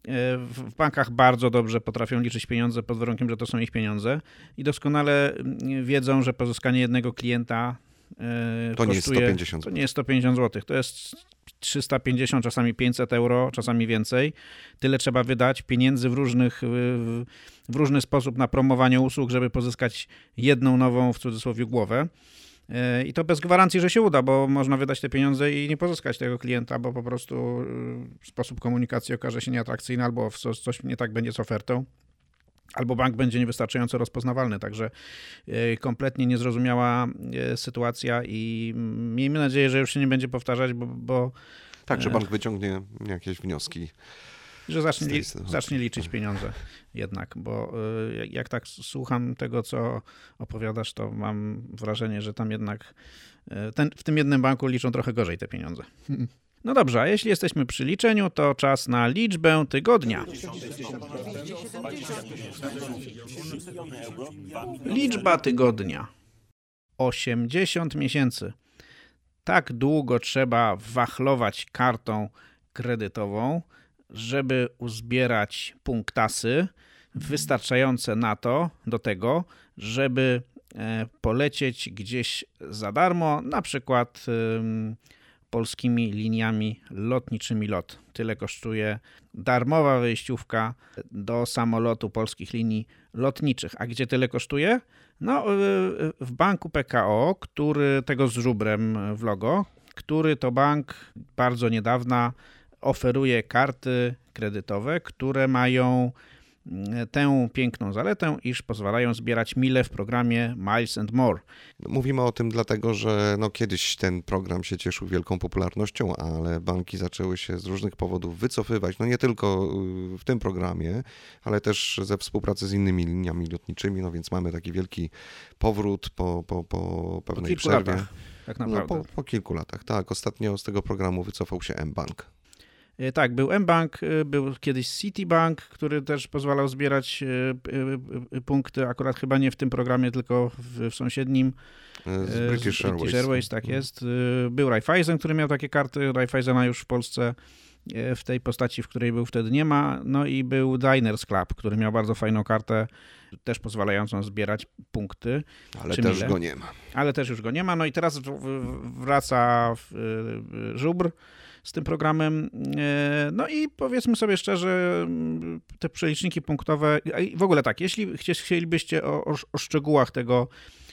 w bankach bardzo dobrze potrafią liczyć pieniądze pod warunkiem, że to są ich pieniądze i doskonale y, wiedzą, że pozyskanie jednego klienta y, to kosztuje, nie jest sto pięćdziesiąt złotych. To nie jest sto pięćdziesiąt złotych, to jest trzysta pięćdziesiąt, czasami pięćset euro, czasami więcej. Tyle trzeba wydać pieniędzy w, różnych, w, w różny sposób na promowanie usług, żeby pozyskać jedną nową, w cudzysłowie, głowę. I to bez gwarancji, że się uda, bo można wydać te pieniądze i nie pozyskać tego klienta, bo po prostu sposób komunikacji okaże się nieatrakcyjny albo coś nie tak będzie z ofertą. Albo bank będzie niewystarczająco rozpoznawalny, także kompletnie niezrozumiała sytuacja i miejmy nadzieję, że już się nie będzie powtarzać, bo... bo tak, że bank wyciągnie jakieś wnioski. Że zacznie, li, zacznie liczyć pieniądze jednak, bo jak tak słucham tego, co opowiadasz, to mam wrażenie, że tam jednak ten, w tym jednym banku liczą trochę gorzej te pieniądze. No dobrze, a jeśli jesteśmy przy liczeniu, to czas na liczbę tygodnia. Liczba tygodnia. osiemdziesiąt miesięcy. Tak długo trzeba wachlować kartą kredytową, żeby uzbierać punktasy wystarczające na to, do tego, żeby polecieć gdzieś za darmo, na przykład polskimi liniami lotniczymi LOT. Tyle kosztuje darmowa wejściówka do samolotu polskich linii lotniczych. A gdzie tyle kosztuje? No, w banku P K O, który tego z żubrem w logo, który to bank bardzo niedawna oferuje karty kredytowe, które mają tę piękną zaletę, iż pozwalają zbierać mile w programie Miles and More. Mówimy o tym dlatego, że no kiedyś ten program się cieszył wielką popularnością, ale banki zaczęły się z różnych powodów wycofywać, no nie tylko w tym programie, ale też ze współpracy z innymi liniami lotniczymi, no więc mamy taki wielki powrót po, po, po pewnej po kilku przerwie. Latach, tak naprawdę. No, po, po kilku latach, tak. Ostatnio z tego programu wycofał się mBank. Tak, był mBank, był kiedyś Citibank, który też pozwalał zbierać punkty, akurat chyba nie w tym programie, tylko w, w sąsiednim. Z British Airways. British Airways, tak jest. Był Raiffeisen, który miał takie karty. Raiffeisena już w Polsce w tej postaci, w której był wtedy, nie ma. No i był Diners Club, który miał bardzo fajną kartę, też pozwalającą zbierać punkty. Ale też mile. go nie ma. Ale też już go nie ma. No i teraz wraca żubr z tym programem. No i powiedzmy sobie szczerze, te przeliczniki punktowe, w ogóle tak, jeśli chcielibyście o, o, o szczegółach tego,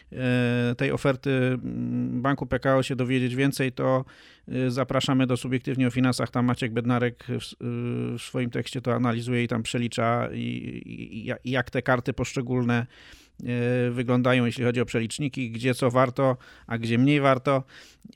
tej oferty Banku P K O się dowiedzieć więcej, to zapraszamy do Subiektywnie o Finansach. Tam Maciek Bednarek w swoim tekście to analizuje i tam przelicza i, i, i jak te karty poszczególne wyglądają, jeśli chodzi o przeliczniki, gdzie co warto, a gdzie mniej warto.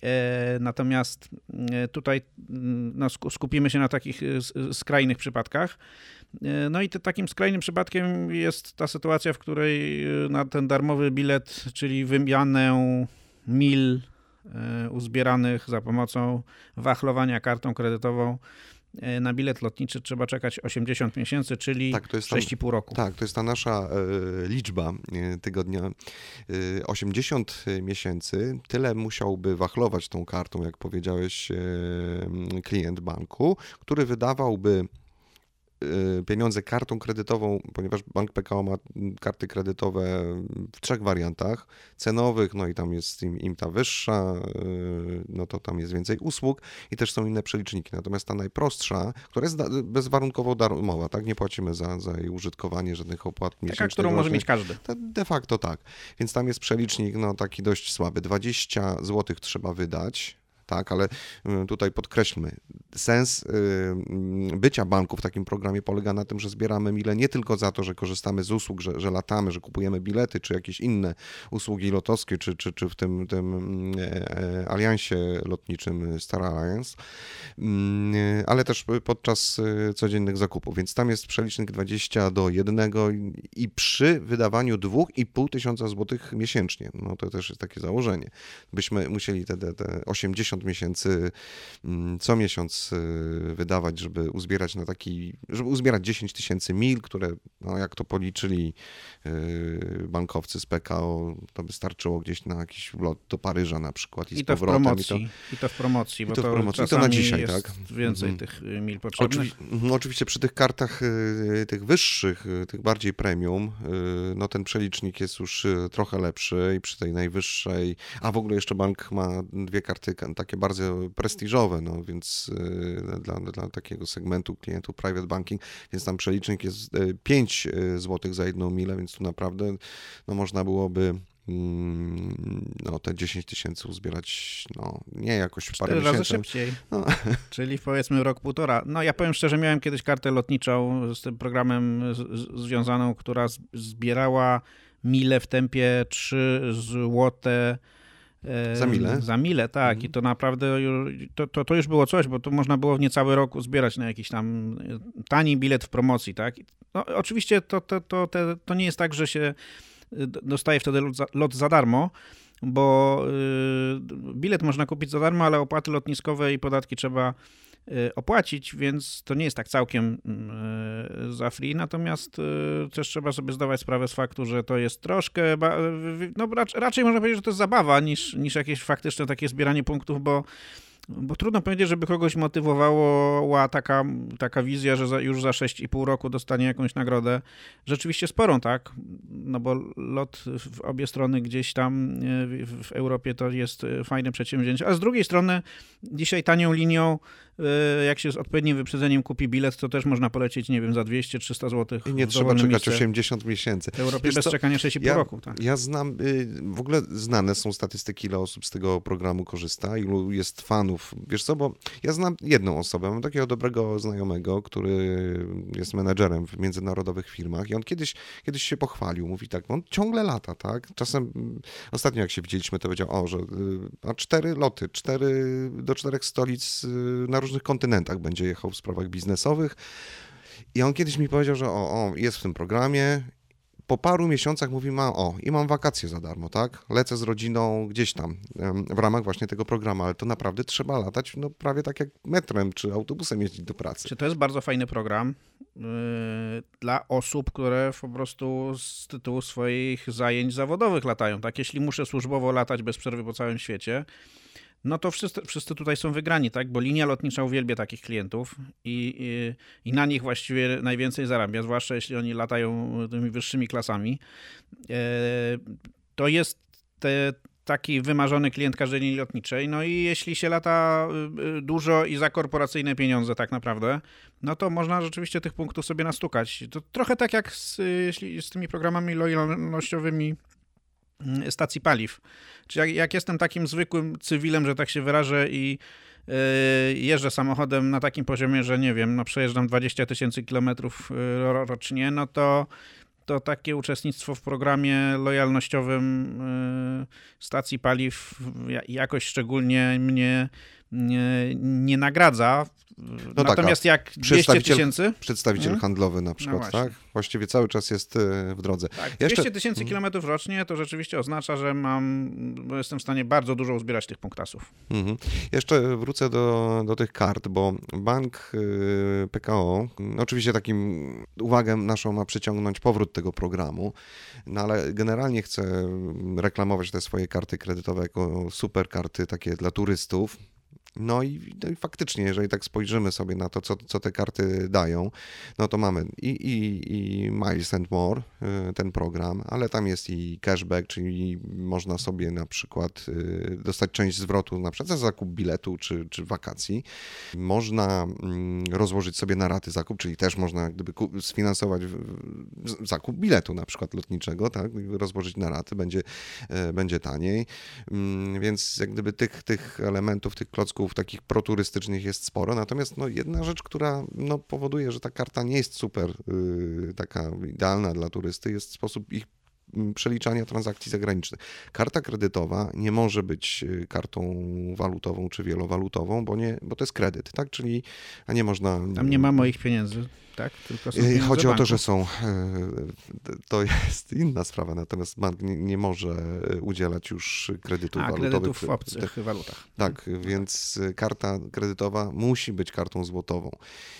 Natomiast tutaj no, skupimy się na takich skrajnych przypadkach. No i te, takim skrajnym przypadkiem jest ta sytuacja, w której na ten darmowy bilet, czyli wymianę mil uzbieranych za pomocą wachlowania kartą kredytową, na bilet lotniczy trzeba czekać osiemdziesiąt miesięcy, czyli tak, sześć i pół roku. Tak, to jest ta nasza y, liczba y, tygodnia. Y, osiemdziesiąt miesięcy, tyle musiałby wachlować tą kartą, jak powiedziałeś, y, klient banku, który wydawałby pieniądze kartą kredytową, ponieważ Bank P K O ma karty kredytowe w trzech wariantach cenowych, no i tam jest im, im ta wyższa, no to tam jest więcej usług i też są inne przeliczniki. Natomiast ta najprostsza, która jest bezwarunkowo darmowa, tak, nie płacimy za, za jej użytkowanie, żadnych opłat miesięcznych. Taka, którą może mieć każdy. De facto tak. Więc tam jest przelicznik, no taki dość słaby. dwadzieścia złotych trzeba wydać. Tak, ale tutaj podkreślmy, sens bycia banku w takim programie polega na tym, że zbieramy mile nie tylko za to, że korzystamy z usług, że, że latamy, że kupujemy bilety, czy jakieś inne usługi lotowskie, czy, czy, czy w tym, tym aliansie lotniczym Star Alliance, ale też podczas codziennych zakupów, więc tam jest przelicznik dwadzieścia do jednego i przy wydawaniu dwa i pół tysiąca złotych miesięcznie, no to też jest takie założenie, byśmy musieli te, te, te osiemdziesiąt miesięcy co miesiąc wydawać, żeby uzbierać na taki, żeby uzbierać dziesięć tysięcy mil, które, no jak to policzyli bankowcy z P K O, to wystarczyło gdzieś na jakiś lot do Paryża na przykład i, I z to powrotem. w promocji, i to, i to w promocji, bo i to, to, w promocji. I to na dzisiaj, jest tak? więcej mhm. tych mil potrzebnych. Oczywi- oczywiście przy tych kartach tych wyższych, tych bardziej premium, no ten przelicznik jest już trochę lepszy i przy tej najwyższej, a w ogóle jeszcze bank ma dwie karty takie bardzo prestiżowe, no więc dla, dla takiego segmentu klientów private banking, więc tam przelicznik jest pięć złotych za jedną milę, więc tu naprawdę no, można byłoby no, te dziesięć tysięcy uzbierać, no nie jakoś w parę Cztery miesięcy. razy szybciej, no. Czyli powiedzmy rok, półtora. No ja powiem szczerze, miałem kiedyś kartę lotniczą z tym programem z, z, związaną, która z, zbierała mile w tempie trzy złote Za milę? Za milę, tak. Mhm. I to naprawdę już, to, to, to już było coś, bo to można było w niecały rok zbierać na jakiś tam tani bilet w promocji, tak. No, oczywiście to, to, to, to, to nie jest tak, że się dostaje wtedy lot za, lot za darmo, bo bilet można kupić za darmo, ale opłaty lotniskowe i podatki trzeba opłacić, więc to nie jest tak całkiem za free, natomiast też trzeba sobie zdawać sprawę z faktu, że to jest troszkę, no raczej można powiedzieć, że to jest zabawa niż, niż jakieś faktyczne takie zbieranie punktów, bo Bo trudno powiedzieć, żeby kogoś motywowała taka, taka wizja, że za, już za sześć i pół roku dostanie jakąś nagrodę. Rzeczywiście sporą, tak? No bo lot w obie strony gdzieś tam w, w Europie to jest fajne przedsięwzięcie. A z drugiej strony dzisiaj tanią linią, jak się z odpowiednim wyprzedzeniem kupi bilet, to też można polecieć, nie wiem, za dwieście trzysta złotych. I nie trzeba czekać osiemdziesiąt miesięcy. W Europie Wiesz bez co, czekania sześć i pół ja, roku. Tak. Ja znam, w ogóle znane są statystyki, ile osób z tego programu korzysta, ilu jest fanów. Wiesz co, bo ja znam jedną osobę, mam takiego dobrego znajomego, który jest menedżerem w międzynarodowych firmach i on kiedyś, kiedyś się pochwalił, mówi tak, on ciągle lata, tak? Czasem, ostatnio jak się widzieliśmy, to powiedział, o, że ma cztery loty, cztery, do czterech stolic na różnych kontynentach będzie jechał w sprawach biznesowych i on kiedyś mi powiedział, że o, o jest w tym programie. Po paru miesiącach mówi, ma, o, i mam wakacje za darmo, tak? Lecę z rodziną gdzieś tam w ramach właśnie tego programu, ale to naprawdę trzeba latać, no prawie tak jak metrem czy autobusem jeździć do pracy. Czy to jest bardzo fajny program yy, dla osób, które po prostu z tytułu swoich zajęć zawodowych latają, tak? Jeśli muszę służbowo latać bez przerwy po całym świecie, no to wszyscy, wszyscy tutaj są wygrani, tak? Bo linia lotnicza uwielbia takich klientów i, i, i na nich właściwie najwięcej zarabia, zwłaszcza jeśli oni latają tymi wyższymi klasami. To jest te, taki wymarzony klient każdej linii lotniczej. No i jeśli się lata dużo i za korporacyjne pieniądze tak naprawdę, no to można rzeczywiście tych punktów sobie nastukać. To trochę tak jak z, z tymi programami lojalnościowymi stacji paliw. Czyli jak, jak jestem takim zwykłym cywilem, że tak się wyrażę i yy, jeżdżę samochodem na takim poziomie, że nie wiem, no przejeżdżam dwadzieścia tysięcy kilometrów rocznie, no to, to takie uczestnictwo w programie lojalnościowym yy, stacji paliw jakoś szczególnie mnie nie, nie nagradza. No Natomiast tak, jak dwieście tysięcy... Przedstawiciel hmm? handlowy na przykład, no tak? Właściwie cały czas jest w drodze. Tak, dwieście tysięcy kilometrów rocznie to rzeczywiście oznacza, że mam, bo jestem w stanie bardzo dużo uzbierać tych punktasów. Mhm. Jeszcze wrócę do, do tych kart, bo bank P K O, oczywiście takim uwagę naszą ma przyciągnąć powrót tego programu, no ale generalnie chce reklamować te swoje karty kredytowe jako super karty takie dla turystów. No i, no i faktycznie, jeżeli tak spojrzymy sobie na to, co, co te karty dają, no to mamy i, i, i Miles and More, ten program, ale tam jest i cashback, czyli można sobie na przykład dostać część zwrotu na przykład za zakup biletu czy, czy wakacji. Można rozłożyć sobie na raty zakup, czyli też można jak gdyby sfinansować zakup biletu na przykład lotniczego, tak, rozłożyć na raty, będzie, będzie taniej, więc jak gdyby tych, tych elementów, tych klocków takich proturystycznych jest sporo, natomiast no, jedna rzecz, która no, powoduje, że ta karta nie jest super yy, taka idealna dla turysty, jest sposób ich przeliczania transakcji zagranicznych. Karta kredytowa nie może być kartą walutową czy wielowalutową, bo, nie, bo to jest kredyt, tak? Czyli a nie można... Tam nie ma moich pieniędzy, tak? Tylko są pieniądze Chodzi banku. o to, że są... To jest inna sprawa, natomiast bank nie, nie może udzielać już kredytów a, walutowych. kredytów w obcych w walutach. Tak, no więc tak. Karta kredytowa musi być kartą złotową.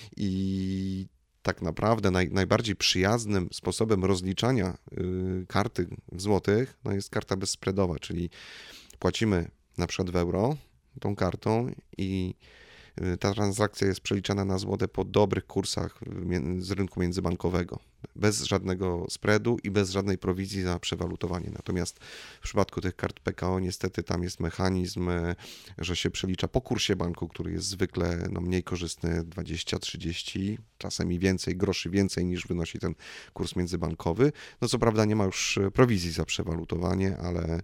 I tak naprawdę naj, najbardziej przyjaznym sposobem rozliczania y, karty w złotych no jest karta bezspreadowa, czyli płacimy na przykład w euro tą kartą i y, ta transakcja jest przeliczana na złote po dobrych kursach z rynku międzybankowego, bez żadnego spreadu i bez żadnej prowizji za przewalutowanie. Natomiast w przypadku tych kart P K O niestety tam jest mechanizm, że się przelicza po kursie banku, który jest zwykle no, mniej korzystny, dwadzieścia trzydzieści, czasem i więcej, groszy więcej niż wynosi ten kurs międzybankowy. No co prawda nie ma już prowizji za przewalutowanie, ale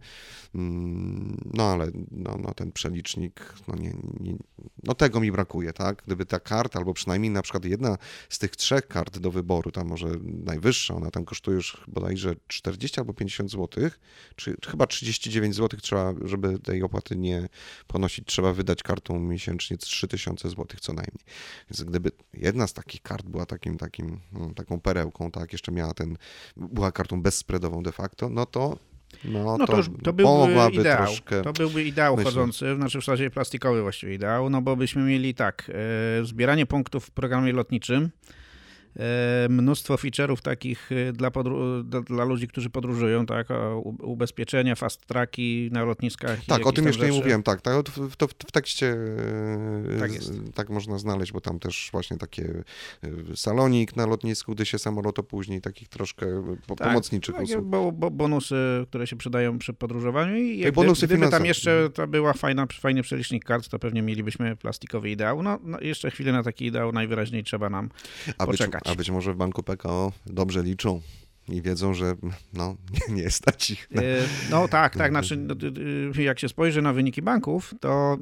no ale no, no, ten przelicznik, no, nie, nie, no tego mi brakuje, tak? Gdyby ta karta, albo przynajmniej na przykład jedna z tych trzech kart do wyboru, tam może najwyższa, ona tam kosztuje już bodajże czterdzieści albo pięćdziesiąt złotych, czy chyba trzydzieści dziewięć złotych trzeba, żeby tej opłaty nie ponosić, trzeba wydać kartą miesięcznie trzy tysiące złotych co najmniej. Więc gdyby jedna z takich kart była takim, takim, taką perełką, tak, jeszcze miała ten, była kartą bezspreadową de facto, no to no, no to, to, już, to byłby ideał. Troszkę, to byłby ideał myślę. chodzący, znaczy w zasadzie plastikowy właściwie ideał, no bo byśmy mieli tak, e, zbieranie punktów w programie lotniczym, e, mnóstwo feature'ów takich dla, podru- dla, dla ludzi, którzy podróżują, tak, o, ubezpieczenia, fast tracki na lotniskach. Tak, o tym jeszcze rzeczy. nie mówiłem, tak, tak to, to w tekście tak, z, jest. tak można znaleźć, bo tam też właśnie takie salonik na lotnisku, gdy się samolot opóźni, takich troszkę po, tak, pomocniczych tak, usług. Bo, bo bonusy, które się przydają przy podróżowaniu i jakby, bonusy gdyby finansowe. tam jeszcze to była fajna, fajny przelicznik kart, to pewnie mielibyśmy plastikowy ideał. No, no jeszcze chwilę na taki ideał najwyraźniej trzeba nam a poczekać. Być, a być może w banku P K O dobrze liczą i wiedzą, że no, nie, nie stać ich. Na... No tak, tak, znaczy jak się spojrzy na wyniki banków, to,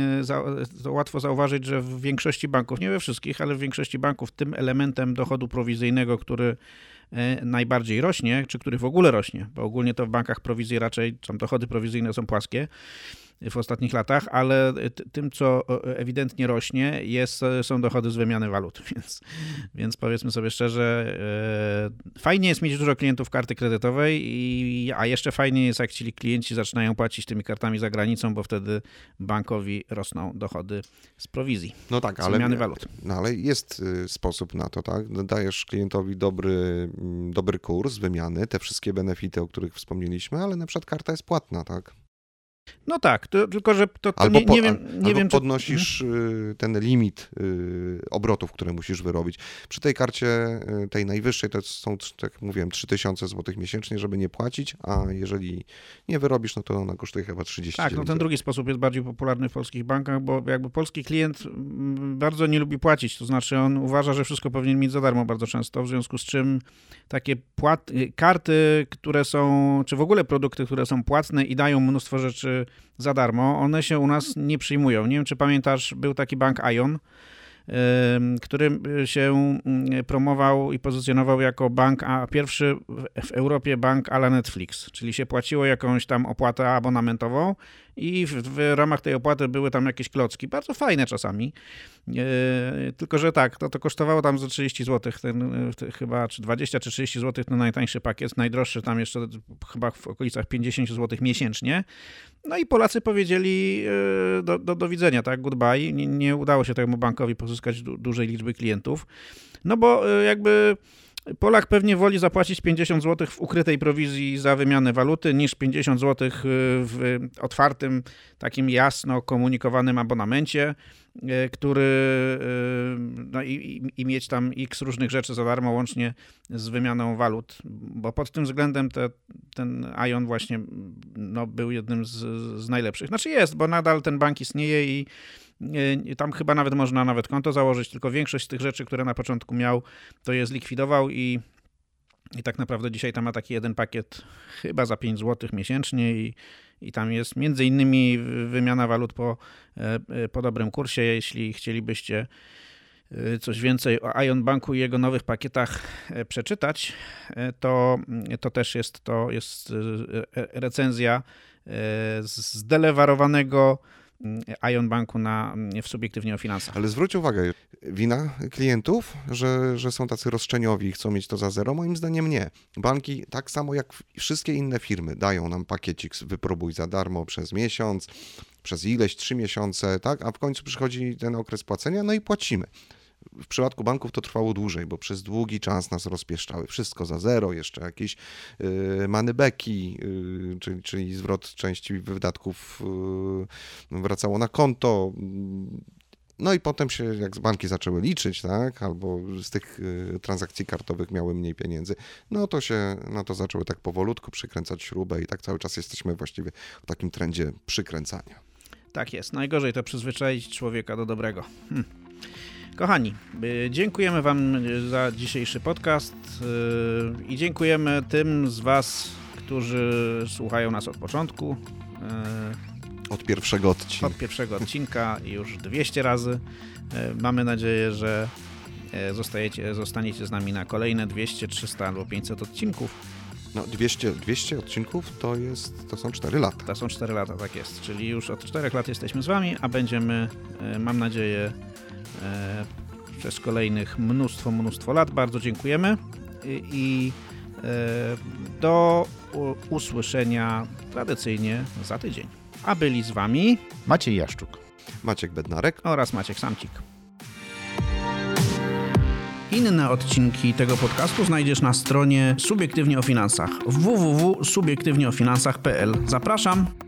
to łatwo zauważyć, że w większości banków, nie we wszystkich, ale w większości banków tym elementem dochodu prowizyjnego, który najbardziej rośnie, czy który w ogóle rośnie, bo ogólnie to w bankach prowizje raczej, tam dochody prowizyjne są płaskie w ostatnich latach, ale tym, co ewidentnie rośnie, jest, są dochody z wymiany walut, więc, więc powiedzmy sobie szczerze, e, fajnie jest mieć dużo klientów karty kredytowej, i, a jeszcze fajniej jest, jak ci klienci zaczynają płacić tymi kartami za granicą, bo wtedy bankowi rosną dochody z prowizji, no tak, z ale, wymiany walut. No ale jest sposób na to, tak? Dajesz klientowi dobry, dobry kurs wymiany, te wszystkie benefity, o których wspomnieliśmy, ale na przykład karta jest płatna, tak? No tak, to, tylko że to, to albo nie, po, nie wiem, nie albo wiem, podnosisz czy... ten limit obrotów, które musisz wyrobić. Przy tej karcie, tej najwyższej, to są, tak jak mówiłem, trzy tysiące złotych miesięcznie, żeby nie płacić, a jeżeli nie wyrobisz, no to ona kosztuje chyba trzydzieści dziewięć. Tak, no ten drugi sposób jest bardziej popularny w polskich bankach, bo jakby polski klient bardzo nie lubi płacić, to znaczy on uważa, że wszystko powinien mieć za darmo bardzo często, w związku z czym takie płat... karty, które są, czy w ogóle produkty, które są płatne i dają mnóstwo rzeczy za darmo, one się u nas nie przyjmują. Nie wiem, czy pamiętasz, był taki bank Ion, który się promował i pozycjonował jako bank, a pierwszy w Europie bank à la Netflix, czyli się płaciło jakąś tam opłatę abonamentową i w, w ramach tej opłaty były tam jakieś klocki, bardzo fajne czasami, tylko że tak, to, to kosztowało tam za trzydzieści złotych, ten, chyba czy dwadzieścia czy trzydzieści złotych ten najtańszy pakiet, najdroższy tam jeszcze chyba w okolicach pięćdziesiąt złotych miesięcznie. No i Polacy powiedzieli do, do, do widzenia, tak, goodbye. Nie, nie udało się temu bankowi pozyskać du, dużej liczby klientów, no bo jakby Polak pewnie woli zapłacić pięćdziesiąt złotych w ukrytej prowizji za wymianę waluty niż pięćdziesiąt złotych w otwartym, takim jasno komunikowanym abonamencie, który no i, i mieć tam x różnych rzeczy za darmo, łącznie z wymianą walut, bo pod tym względem te, ten Ion właśnie no, był jednym z, z najlepszych. Znaczy jest, bo nadal ten bank istnieje i i tam chyba nawet można nawet konto założyć, tylko większość z tych rzeczy, które na początku miał, to je zlikwidował i, i tak naprawdę dzisiaj tam ma taki jeden pakiet chyba za pięć złotych miesięcznie i, i tam jest między innymi wymiana walut po, po dobrym kursie. Jeśli chcielibyście coś więcej o Ion Banku i jego nowych pakietach przeczytać, to, to też jest to jest recenzja zdelewarowanego Ion Banku na, w Subiektywnie o Finansach. Ale zwróć uwagę, wina klientów, że, że są tacy roszczeniowi i chcą mieć to za zero? Moim zdaniem nie. Banki, tak samo jak wszystkie inne firmy, dają nam pakiecik wypróbuj za darmo przez miesiąc, przez ileś, trzy miesiące, tak? A w końcu przychodzi ten okres płacenia, no i płacimy. W przypadku banków to trwało dłużej, bo przez długi czas nas rozpieszczały. Wszystko za zero, jeszcze jakieś y, moneybacki, y, czyli, czyli zwrot części wydatków y, wracało na konto. No i potem się, jak banki zaczęły liczyć, tak, albo z tych y, transakcji kartowych miały mniej pieniędzy, no to się, no to zaczęły tak powolutku przykręcać śrubę i tak cały czas jesteśmy właściwie w takim trendzie przykręcania. Tak jest. Najgorzej to przyzwyczaić człowieka do dobrego. Hm. Kochani, dziękujemy Wam za dzisiejszy podcast i dziękujemy tym z Was, którzy słuchają nas od początku. Od pierwszego odcinka. Od pierwszego odcinka już dwieście razy. Mamy nadzieję, że zostajecie, zostaniecie z nami na kolejne dwieście, trzysta albo pięćset odcinków. No dwieście, dwieście odcinków to jest, to są cztery lata. To są cztery lata, tak jest. Czyli już od czterech lat jesteśmy z Wami, a będziemy, mam nadzieję, przez kolejnych mnóstwo, mnóstwo lat. Bardzo dziękujemy i Do usłyszenia tradycyjnie za tydzień. A byli z wami Maciej Jaszczuk, Maciek Bednarek oraz Maciek Samcik. Inne odcinki tego podcastu znajdziesz na stronie Subiektywnie o Finansach w w w kropka subiektywnie o finansach kropka p l. Zapraszam!